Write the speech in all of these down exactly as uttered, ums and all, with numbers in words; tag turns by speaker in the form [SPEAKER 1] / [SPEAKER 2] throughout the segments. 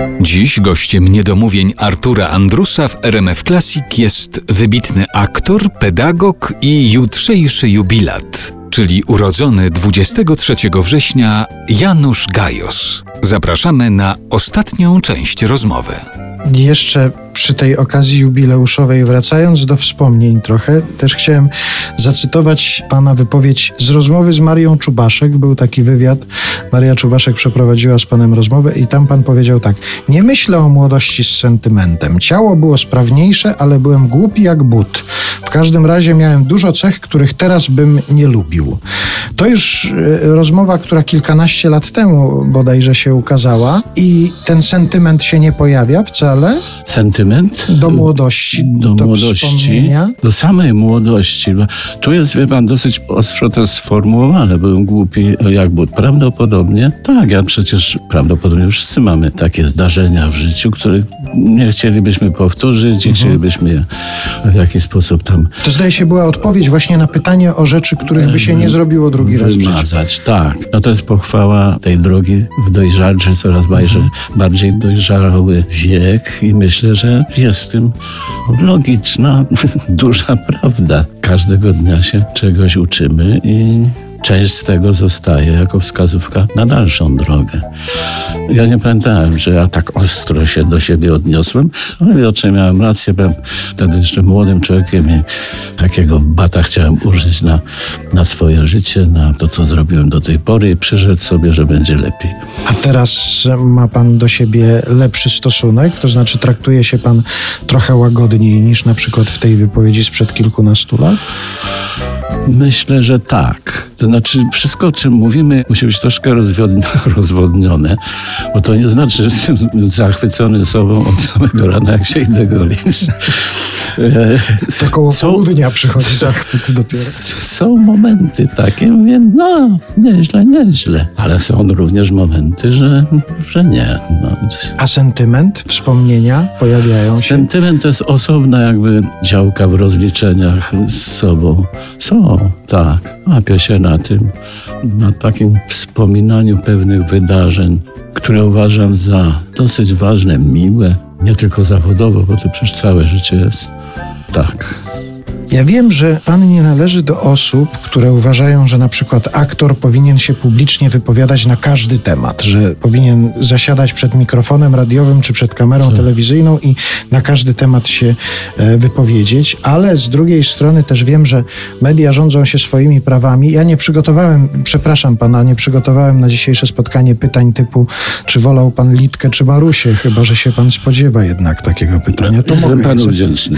[SPEAKER 1] Dziś gościem niedomówień Artura Andrusa w R M F Classic jest wybitny aktor, pedagog i jutrzejszy jubilat, czyli urodzony dwudziestego trzeciego września Janusz Gajos. Zapraszamy na ostatnią część rozmowy.
[SPEAKER 2] Jeszcze przy tej okazji jubileuszowej, wracając do wspomnień trochę, też chciałem zacytować pana wypowiedź z rozmowy z Marią Czubaszek. Był taki wywiad, Maria Czubaszek przeprowadziła z panem rozmowę i tam pan powiedział tak: nie myślę o młodości z sentymentem. Ciało było sprawniejsze, ale byłem głupi jak but. W każdym razie miałem dużo cech, których teraz bym nie lubił. To już y, rozmowa, która kilkanaście lat temu bodajże się ukazała i ten sentyment się nie pojawia wcale.
[SPEAKER 3] Sentyment?
[SPEAKER 2] Do młodości,
[SPEAKER 3] do,
[SPEAKER 2] do
[SPEAKER 3] młodości,
[SPEAKER 2] wspomnienia.
[SPEAKER 3] do samej młodości. Tu jest, wie pan, dosyć ostro to sformułowane. Byłem głupi jak but. Prawdopodobnie, tak, ja przecież prawdopodobnie wszyscy mamy takie zdarzenia w życiu, których nie chcielibyśmy powtórzyć i mhm. chcielibyśmy je w jakiś sposób tam...
[SPEAKER 2] To zdaje się była odpowiedź właśnie na pytanie o rzeczy, których by się nie zrobiło drugi raz w życiu.
[SPEAKER 3] Wymazać, tak. No to jest pochwała tej drogi w dojrzalczy, coraz bardziej, bardziej dojrzały wiek i myślę, że jest w tym logiczna, duża prawda. Każdego dnia się czegoś uczymy i część z tego zostaje jako wskazówka na dalszą drogę. Ja nie pamiętałem, że ja tak ostro się do siebie odniosłem, ale widocznie miałem rację, byłem wtedy jeszcze młodym człowiekiem i takiego bata chciałem użyć na, na swoje życie, na to, co zrobiłem do tej pory i przyrzec sobie, że będzie lepiej.
[SPEAKER 2] A teraz ma pan do siebie lepszy stosunek? To znaczy traktuje się pan trochę łagodniej niż na przykład w tej wypowiedzi sprzed kilkunastu lat?
[SPEAKER 3] Myślę, że tak. To znaczy wszystko, o czym mówimy, musi być troszkę rozwodnione, bo to nie znaczy, że jestem zachwycony sobą od samego rana, jak się idę golić.
[SPEAKER 2] To koło
[SPEAKER 3] są,
[SPEAKER 2] południa przychodzi zachwyt dopiero.
[SPEAKER 3] Są momenty takie, mówię, no nieźle, nieźle. Ale są również momenty, że, że nie. No.
[SPEAKER 2] A sentyment, wspomnienia pojawiają się?
[SPEAKER 3] Sentyment to jest osobna jakby działka w rozliczeniach z sobą. Są, tak. Łapię się na tym, na takim wspominaniu pewnych wydarzeń, które uważam za dosyć ważne, miłe, nie tylko zawodowo, bo to przecież całe życie jest. Tak.
[SPEAKER 2] Ja wiem, że pan nie należy do osób, które uważają, że na przykład aktor powinien się publicznie wypowiadać na każdy temat, że powinien zasiadać przed mikrofonem radiowym czy przed kamerą tak. telewizyjną i na każdy temat się e, wypowiedzieć, ale z drugiej strony też wiem, że media rządzą się swoimi prawami. Ja nie przygotowałem, przepraszam pana, nie przygotowałem na dzisiejsze spotkanie pytań typu, czy wolał pan Litkę czy Marusię, chyba że się pan spodziewa jednak takiego pytania. To
[SPEAKER 3] Jestem
[SPEAKER 2] mogę
[SPEAKER 3] panu wdzięczny.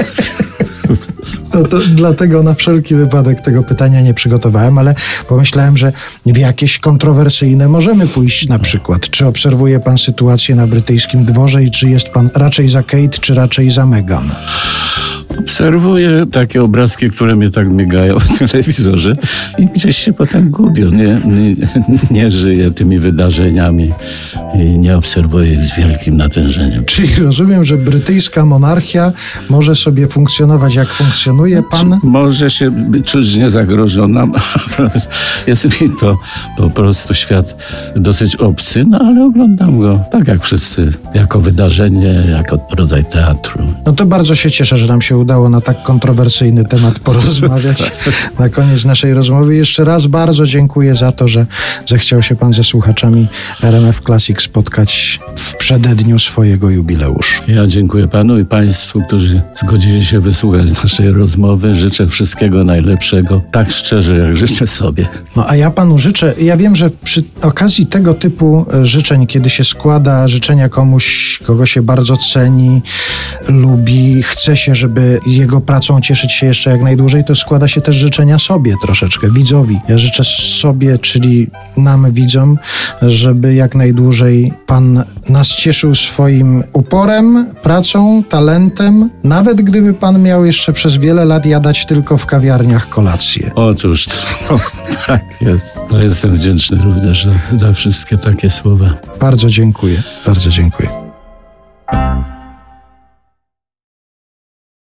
[SPEAKER 2] No to dlatego na wszelki wypadek tego pytania nie przygotowałem, ale pomyślałem, że w jakieś kontrowersyjne możemy pójść na przykład. Czy obserwuje pan sytuację na brytyjskim dworze i czy jest pan raczej za Kate, czy raczej za Meghan?
[SPEAKER 3] Obserwuję takie obrazki, które mnie tak miegają w telewizorze i gdzieś się potem gubią. Nie, nie, nie żyję tymi wydarzeniami i nie obserwuję ich z wielkim natężeniem.
[SPEAKER 2] Czyli rozumiem, że brytyjska monarchia może sobie funkcjonować jak funkcjonuje. Pan...
[SPEAKER 3] Może się czuć niezagrożona. Jest mi to po prostu świat dosyć obcy, no ale oglądam go tak jak wszyscy, jako wydarzenie, jako rodzaj teatru.
[SPEAKER 2] No to bardzo się cieszę, że nam się udało na tak kontrowersyjny temat porozmawiać na koniec naszej rozmowy. Jeszcze raz bardzo dziękuję za to, że zechciał się pan ze słuchaczami R M F Classic spotkać w przededniu swojego jubileuszu.
[SPEAKER 3] Ja dziękuję panu i państwu, którzy zgodzili się wysłuchać naszej rozmowy. Życzę wszystkiego najlepszego, tak szczerze, jak życzę sobie.
[SPEAKER 2] No a ja panu życzę, ja wiem, że przy okazji tego typu życzeń, kiedy się składa życzenia komuś, kogo się bardzo ceni, lubi, chce się, żeby z jego pracą cieszyć się jeszcze jak najdłużej, to składa się też życzenia sobie troszeczkę, widzowi. Ja życzę sobie, czyli nam, widzom, żeby jak najdłużej pan nas cieszył swoim uporem, pracą, talentem, nawet gdyby pan miał jeszcze przez wiele lat jadać tylko w kawiarniach kolację.
[SPEAKER 3] Otóż to, tak jest. No, jestem wdzięczny również za, za wszystkie takie słowa.
[SPEAKER 2] Bardzo dziękuję, bardzo dziękuję.